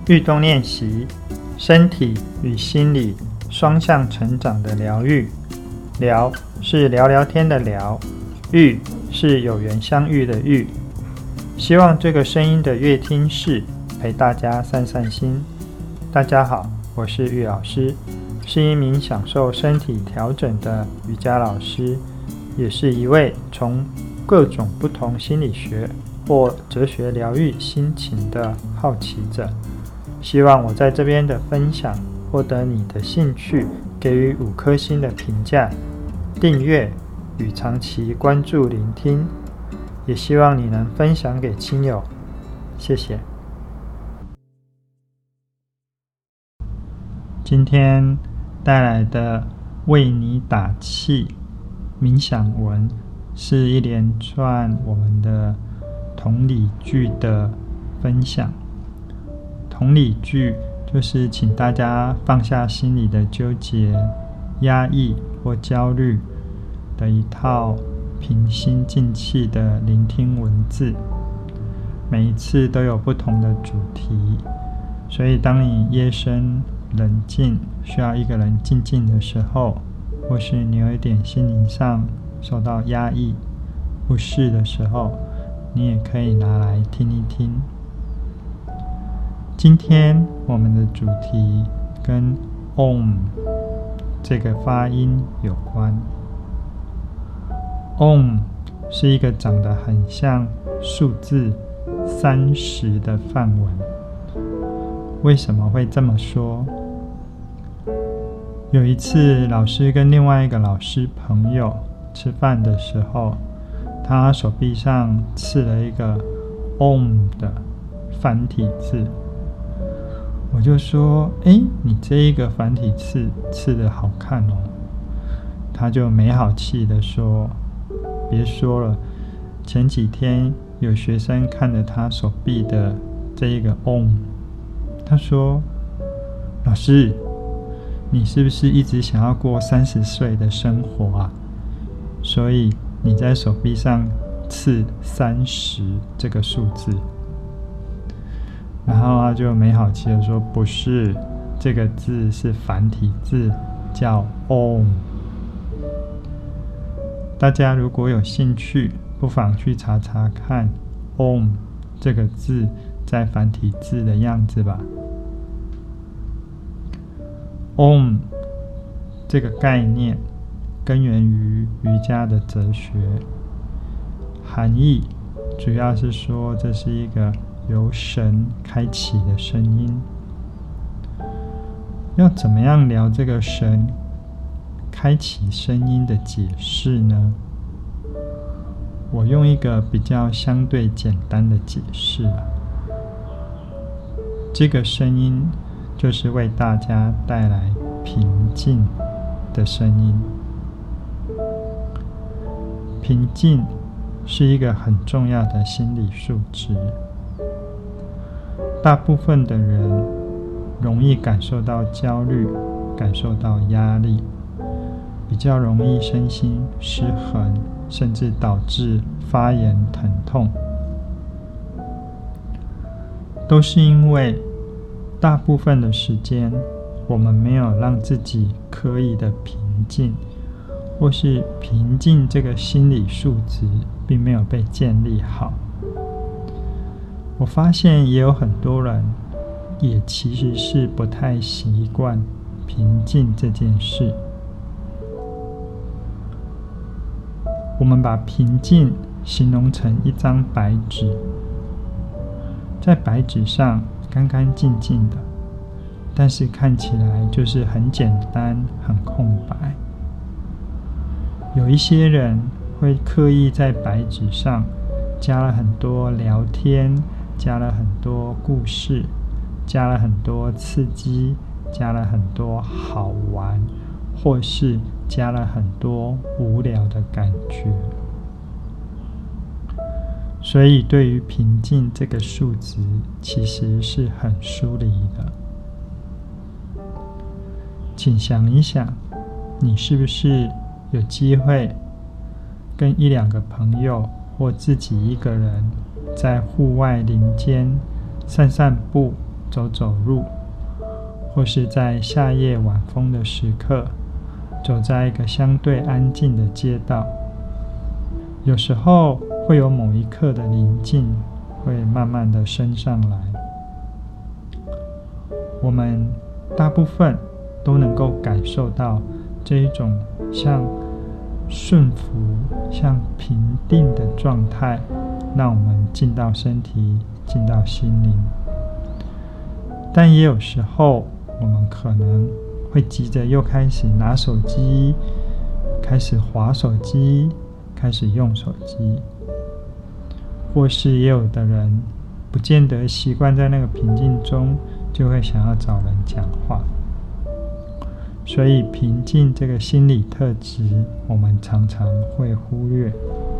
运动练习，身体与心理双向成长的疗愈。聊是聊聊天的聊，遇是有缘相遇的遇。希望这个声音的乐听室陪大家散散心。大家好，我是玉老师，是一名享受身体调整的瑜伽老师，也是一位从各种不同心理学或哲学疗愈心情的好奇者。希望我在这边的分享获得你的兴趣，给予5颗星的评价、订阅与长期关注聆听，也希望你能分享给亲友，谢谢。今天带来的为你打气冥想文，是一连串我们的同理句的分享。同理句就是请大家放下心里的纠结、压抑或焦虑的一套平心静气的聆听文字，每一次都有不同的主题，所以当你夜深冷静需要一个人静静的时候，或是你有一点心灵上受到压抑不适的时候，你也可以拿来听一听。今天我们的主题跟 Om 这个发音有关。Om 是一个长得很像数字30的梵文。为什么会这么说？有一次老师跟另外一个老师朋友吃饭的时候，他手臂上刺了一个 Om 的繁体字。我就说，你这一个繁体刺得好看哦。他就没好气的说，别说了，前几天有学生看了他手臂的这一个 Om， 他说，老师，你是不是一直想要过30岁的生活啊？所以你在手臂上刺30这个数字。然后他就没好气的说，不是，这个字是繁体字，叫 Om。 大家如果有兴趣，不妨去查查看 Om 这个字在繁体字的样子吧。 Om 这个概念根源于瑜伽的哲学，含义主要是说这是一个由神开启的声音。要怎么样聊这个神开启声音的解释呢？我用一个比较相对简单的解释这个声音就是为大家带来平静的声音。平静是一个很重要的心理素质。大部分的人容易感受到焦虑，感受到压力，比较容易身心失衡，甚至导致发炎疼痛，都是因为大部分的时间我们没有让自己刻意的平静，或是平静这个心理素质并没有被建立好。我发现也有很多人也其实是不太习惯平静这件事。我们把平静形容成一张白纸，在白纸上干干净净的，但是看起来就是很简单很空白。有一些人会刻意在白纸上加了很多聊天，加了很多故事，加了很多刺激，加了很多好玩，或是加了很多无聊的感觉。所以对于平静这个数值其实是很疏离的。请想一想，你是不是有机会跟1-2个朋友或自己一个人在户外林间散散步， 走走路，或是在夏夜晚风的时刻，走在一个相对安静的街道。有时候会有某一刻的宁静会慢慢的升上来，我们大部分都能够感受到这一种像顺服、像平定的状态，让我们进到身体、进到心灵。但也有时候，我们可能会急着又开始拿手机，开始滑手机，开始用手机，或是也有的人不见得习惯在那个平静中，就会想要找人讲话。所以平静这个心理特质，我们常常会忽略。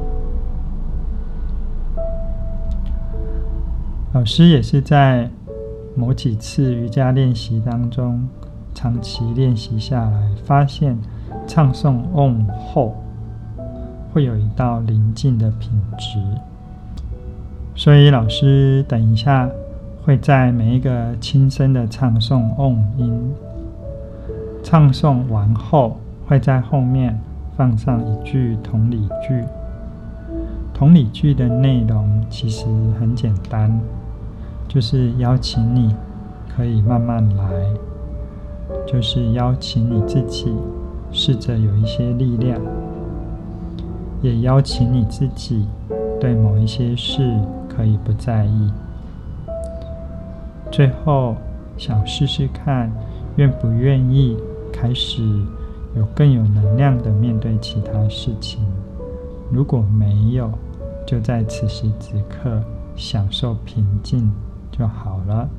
老师也是在某几次瑜伽练习当中，长期练习下来，发现唱诵 Om 后，会有一道宁静的品质。所以老师等一下会在每一个轻声的唱诵 Om 音，唱诵完后，会在后面放上一句同理句。同理句的内容其实很简单，就是邀请你可以慢慢来，就是邀请你自己试着有一些力量，也邀请你自己对某一些事可以不在意。最后想试试看，愿不愿意开始更有能量的面对其他事情。如果没有，就在此时此刻享受平静就好了。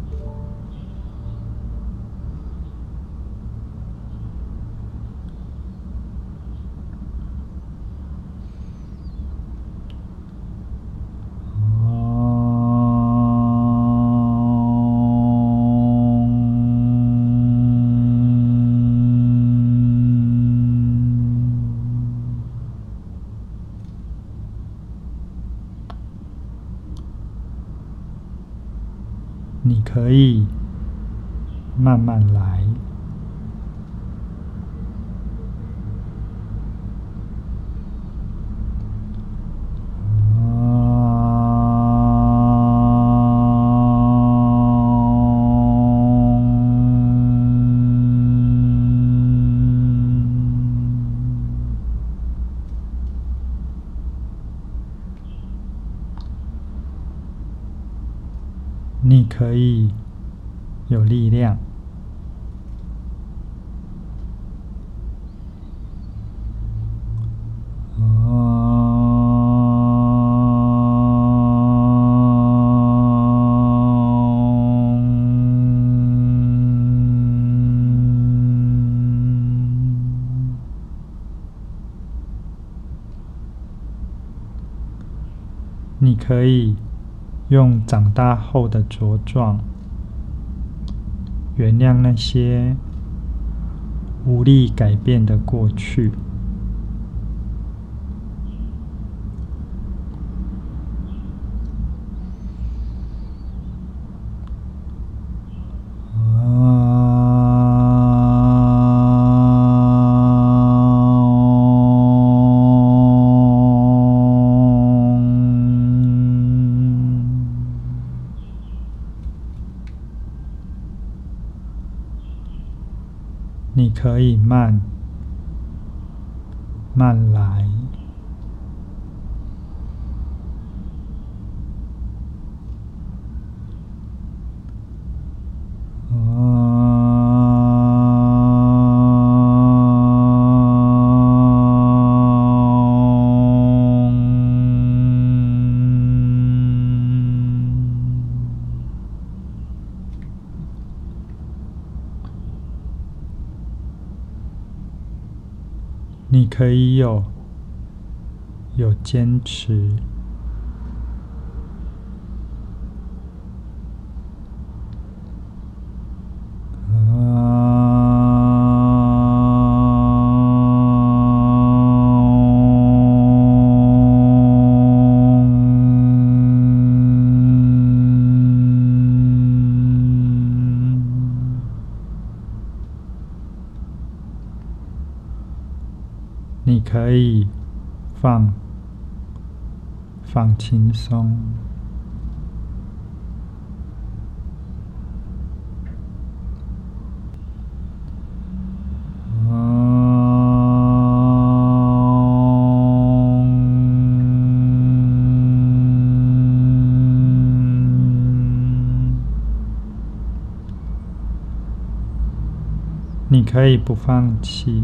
你可以慢慢来。你可以有力量。你可以用长大后的茁壮，原谅那些无力改变的过去。你可以慢来。你可以有坚持。 你可以放轻松，你可以不放弃，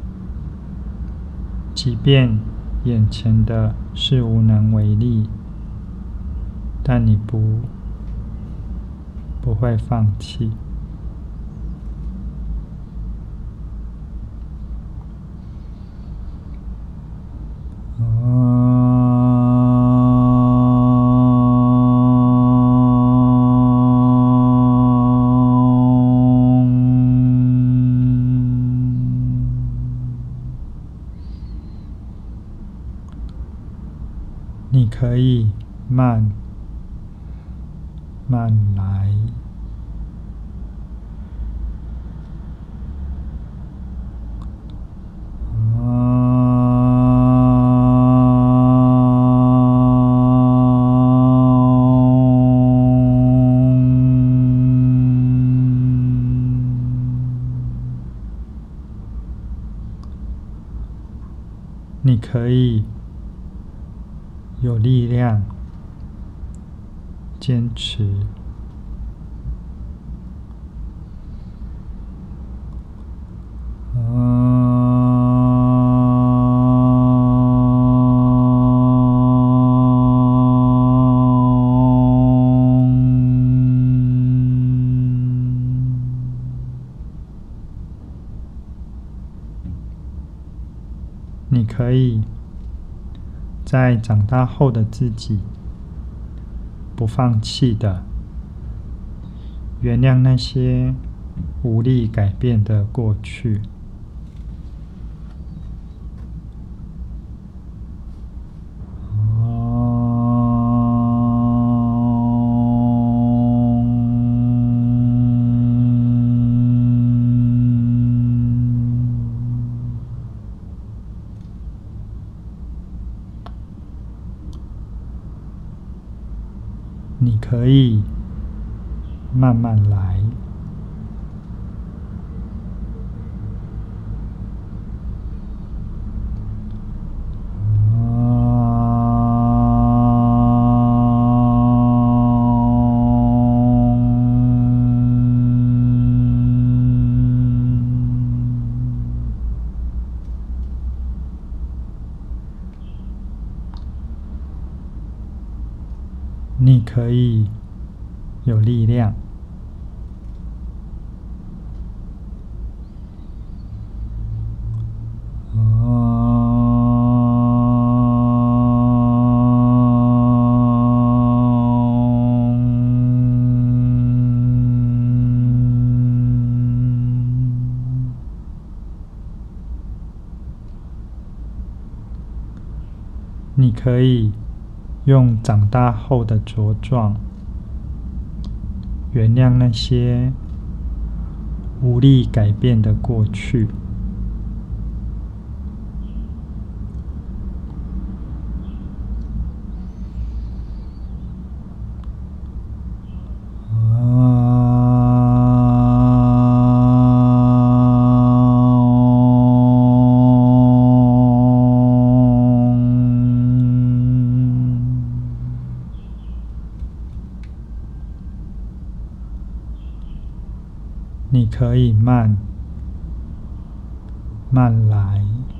即便眼前的事无能为力，但你不会放弃。你可以慢慢来，你可以有力量坚持，你可以在长大后的自己不放弃的原谅那些无力改变的过去。你可以慢慢来，你可以有力量，你可以用长大后的茁壮，原谅那些无力改变的过去。你可以慢慢来，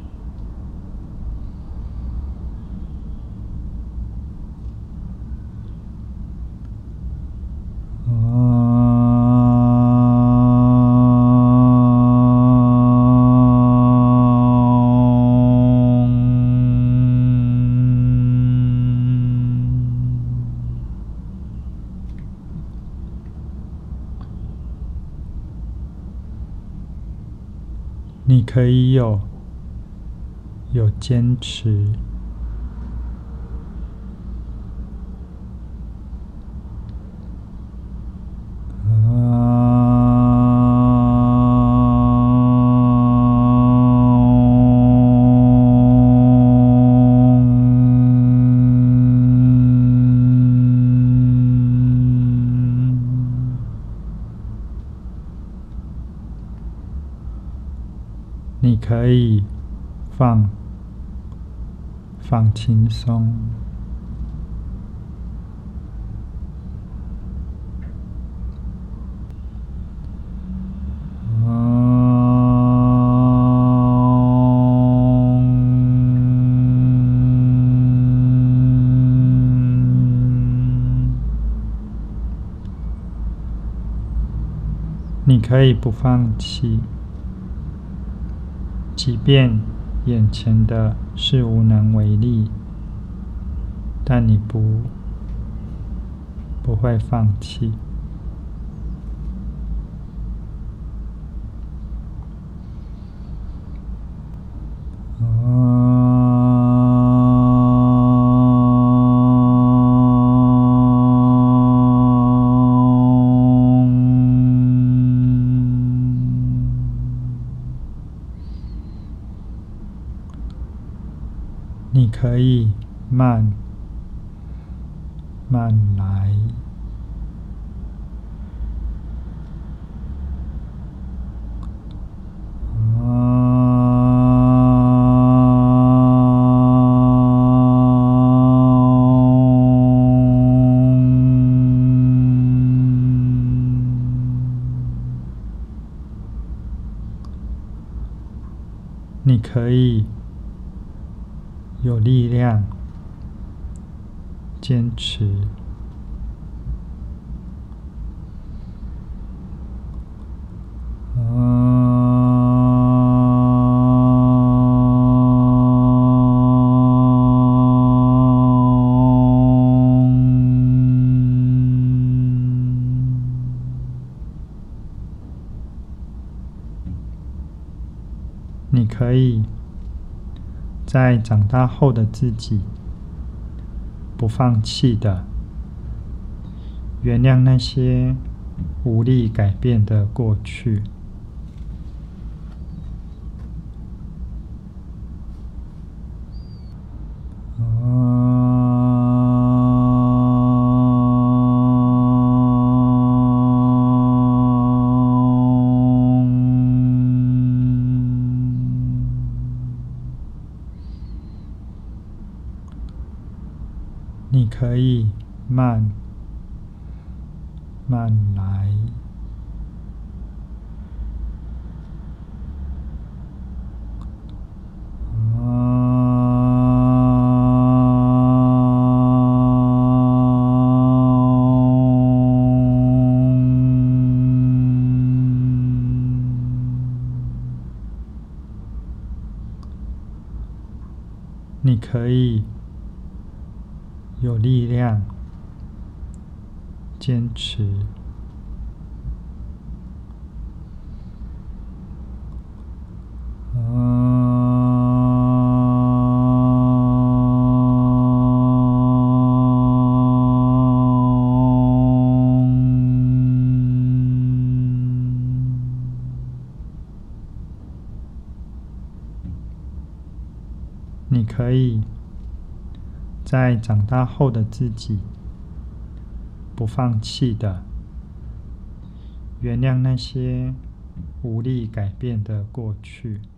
你可以有坚持， 你可以放轻松。你可以不放弃，即便眼前的事无能为力，但你不会放弃。你可以慢来，你可以有力量坚持。你可以在长大后的自己不放弃的原谅那些无力改变的过去。你可以慢来，你可以有力量坚持。你可以在长大后的自己不放弃的原谅那些无力改变的过去。